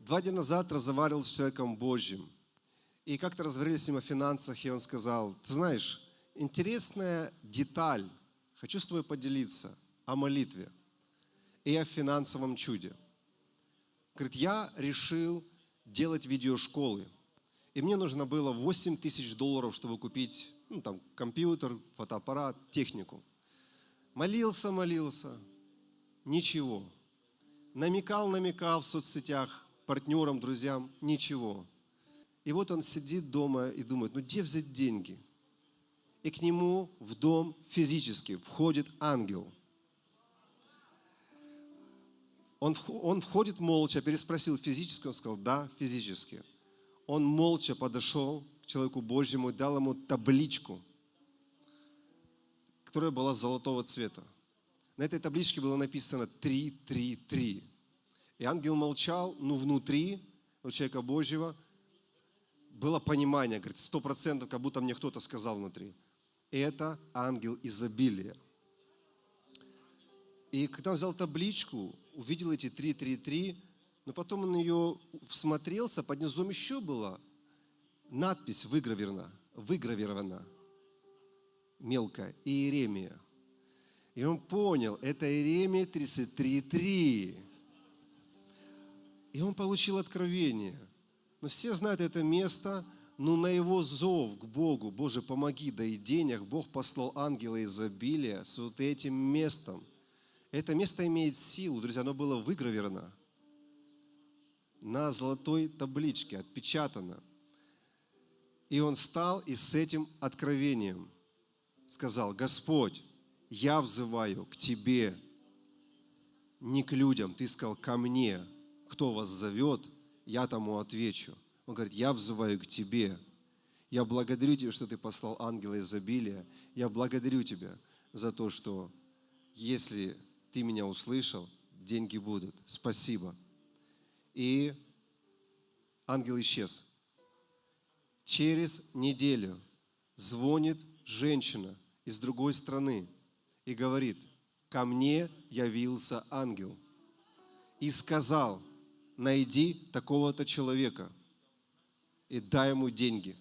2 дня назад разговаривал с человеком Божьим. И как-то разговаривали с ним о финансах, и он сказал: ты знаешь, интересная деталь, хочу с тобой поделиться о молитве и о финансовом чуде. Говорит, я решил делать видеошколы, и мне нужно было $8000, чтобы купить компьютер, фотоаппарат, технику. Молился, ничего. Намекал в соцсетях партнерам, друзьям, ничего. И вот он сидит дома и думает, где взять деньги? И к нему в дом физически входит ангел. Он входит молча, переспросил физически, он сказал, да, физически. Он молча подошел к человеку Божьему и дал ему табличку, которая была золотого цвета. На этой табличке было написано 333. И ангел молчал, но внутри у человека Божьего было понимание, говорит, 100%, как будто мне кто-то сказал внутри. И это ангел изобилия. И когда он взял табличку, увидел эти 333, но потом он ее всмотрелся, под низом еще была надпись выгравирована мелко, Иеремия. И он понял, это Иеремия 33:3. И он получил откровение. Но все знают это место, но на его зов к Богу, Боже, помоги, да и денег, Бог послал ангела изобилия с вот этим местом. Это место имеет силу, друзья, оно было выгравировано на золотой табличке, отпечатано. И он встал и с этим откровением сказал, Господь, я взываю к Тебе, не к людям. Ты сказал, ко мне. Кто вас зовет, я тому отвечу. Он говорит, я взываю к Тебе. Я благодарю Тебя, что Ты послал ангела изобилия. Я благодарю Тебя за то, что если Ты меня услышал, деньги будут. Спасибо. И ангел исчез. Через неделю звонит женщина из другой страны и говорит, ко мне явился ангел и сказал, найди такого-то человека и дай ему деньги.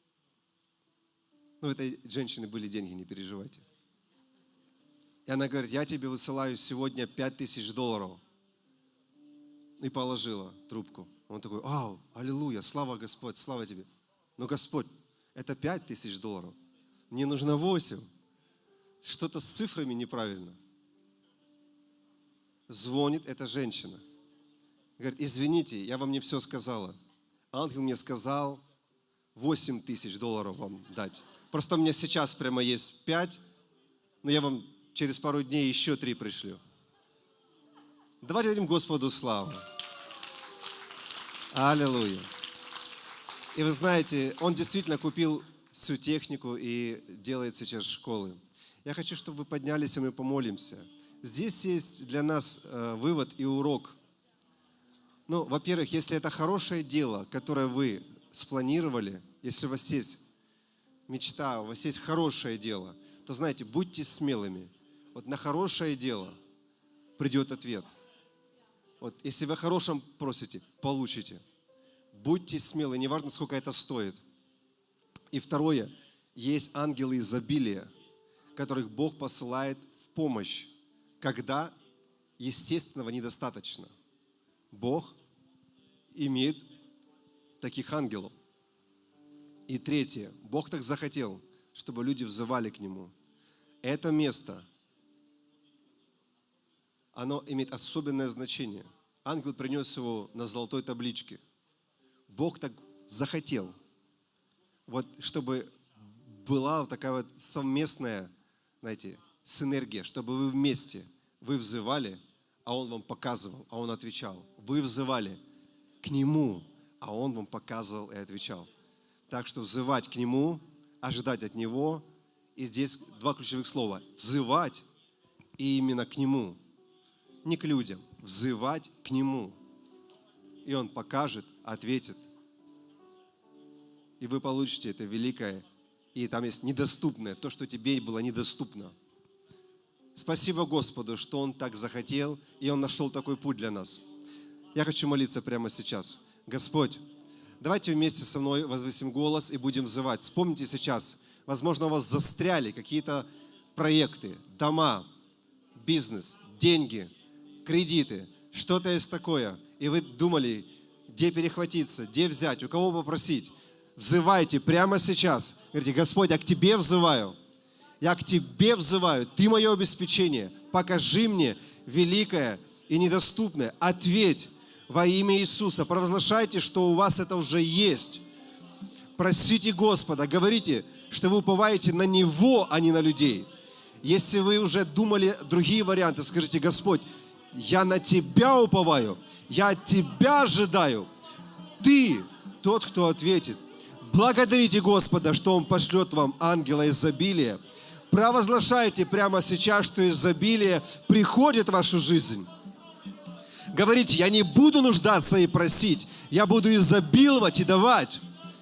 У этой женщины были деньги, не переживайте. И она говорит, я тебе высылаю сегодня $5000. И положила трубку. Он такой, аллилуйя, слава Господь, слава Тебе. Но Господь, это $5000. Мне нужно 8. Что-то с цифрами неправильно. Звонит эта женщина. Говорит, извините, я вам не все сказала. Ангел мне сказал $8000 вам дать. Просто у меня сейчас прямо есть 5, но я вам через пару дней еще 3 пришлю. Давайте дадим Господу славу. Аллилуйя. И вы знаете, он действительно купил всю технику и делает сейчас школы. Я хочу, чтобы вы поднялись, и мы помолимся. Здесь есть для нас вывод и урок. Во-первых, если это хорошее дело, которое вы спланировали, если у вас есть мечта, у вас есть хорошее дело, то, знаете, будьте смелыми. Вот на хорошее дело придет ответ. Вот если вы о хорошем просите, получите. Будьте смелы, неважно, сколько это стоит. И второе, есть ангелы изобилия, которых Бог посылает в помощь, когда естественного недостаточно. Бог имеет таких ангелов. И третье, Бог так захотел, чтобы люди взывали к Нему. Это место, оно имеет особенное значение. Ангел принес его на золотой табличке. Бог так захотел, чтобы была такая совместная, синергия, чтобы вы вместе, вы взывали, а Он вам показывал, а Он отвечал. Вы взывали к Нему, а Он вам показывал и отвечал. Так что взывать к Нему, ожидать от Него, и здесь 2 ключевых слова. Взывать и именно к Нему. Не к людям, взывать к Нему. И Он покажет, ответит. И вы получите это великое. И там есть недоступное, то, что тебе было недоступно. Спасибо Господу, что Он так захотел, и Он нашел такой путь для нас. Я хочу молиться прямо сейчас. Господь, давайте вместе со мной возвысим голос и будем взывать. Вспомните сейчас, возможно, у вас застряли какие-то проекты, дома, бизнес, деньги, кредиты, что-то есть такое. И вы думали, где перехватиться, где взять, у кого попросить. Взывайте прямо сейчас. Говорите: Господь, я к Тебе взываю. Я к Тебе взываю. Ты мое обеспечение. Покажи мне великое и недоступное. Ответь во имя Иисуса. Провозглашайте, что у вас это уже есть. Просите Господа. Говорите, что вы уповаете на Него, а не на людей. Если вы уже думали другие варианты, скажите: Господь, я на Тебя уповаю. Я от Тебя ожидаю. Ты тот, кто ответит. Благодарите Господа, что Он пошлет вам ангела изобилия. Провозглашайте прямо сейчас, что изобилие приходит в вашу жизнь. Говорите: я не буду нуждаться и просить, я буду изобиловать и давать.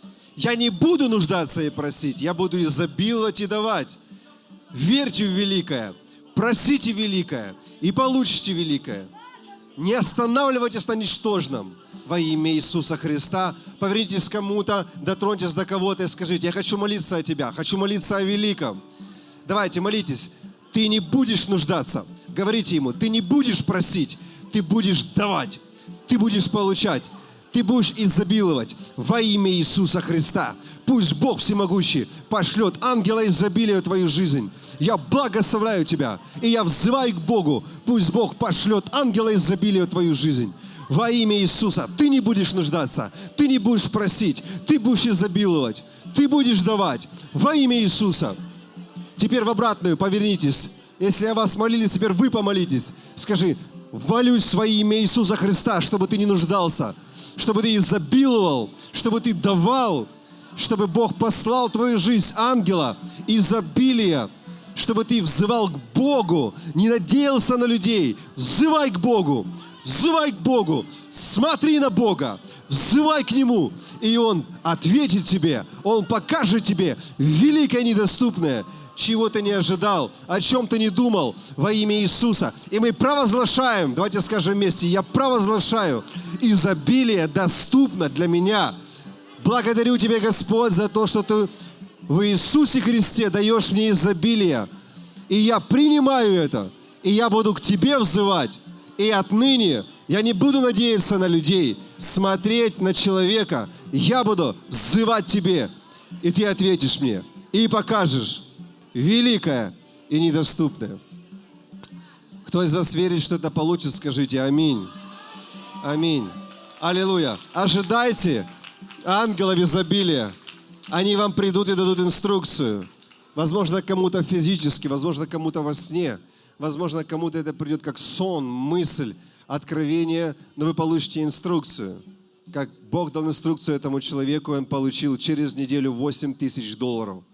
Я не буду нуждаться и просить, я буду изобиловать и давать. Верьте в великое, просите великое и получите великое. Не останавливайтесь на ничтожном. Во имя Иисуса Христа повернитесь к кому-то, дотроньтесь до кого-то и скажите: я хочу молиться о Тебя, хочу молиться о великом. Давайте, молитесь. Ты не будешь нуждаться. Говорите Ему: ты не будешь просить, ты будешь давать, ты будешь получать, ты будешь изобиловать во имя Иисуса Христа. Пусть Бог Всемогущий пошлет ангела изобилия в твою жизнь. Я благословляю тебя, и я взываю к Богу. Пусть Бог пошлет ангела изобилия в твою жизнь. Во имя Иисуса. Ты не будешь нуждаться, ты не будешь просить, ты будешь изобиловать, ты будешь давать. Во имя Иисуса. Теперь в обратную повернитесь. Если о вас молились, теперь вы помолитесь. Скажи: молюсь во имя Иисуса Христа, чтобы ты не нуждался, чтобы ты изобиловал, чтобы ты давал, чтобы Бог послал в твою жизнь ангела изобилия, чтобы ты взывал к Богу, не надеялся на людей. Взывай к Богу, взывай к Богу, смотри на Бога, взывай к Нему, и Он ответит тебе, Он покажет тебе великое и недоступное, чего ты не ожидал, о чем ты не думал, во имя Иисуса. И мы провозглашаем, давайте скажем вместе: я провозглашаю, изобилие доступно для меня. Благодарю Тебя, Господь, за то, что Ты в Иисусе Христе даешь мне изобилие. И я принимаю это, и я буду к Тебе взывать. И отныне я не буду надеяться на людей, смотреть на человека. Я буду взывать Тебе, и Ты ответишь мне, и покажешь великое и недоступное. Кто из вас верит, что это получится, скажите аминь. Аминь. Аллилуйя. Ожидайте ангелов изобилия. Они вам придут и дадут инструкцию. Возможно, кому-то физически, возможно, кому-то во сне. Возможно, кому-то это придет как сон, мысль, откровение, но вы получите инструкцию. Как Бог дал инструкцию этому человеку, он получил через неделю $8000.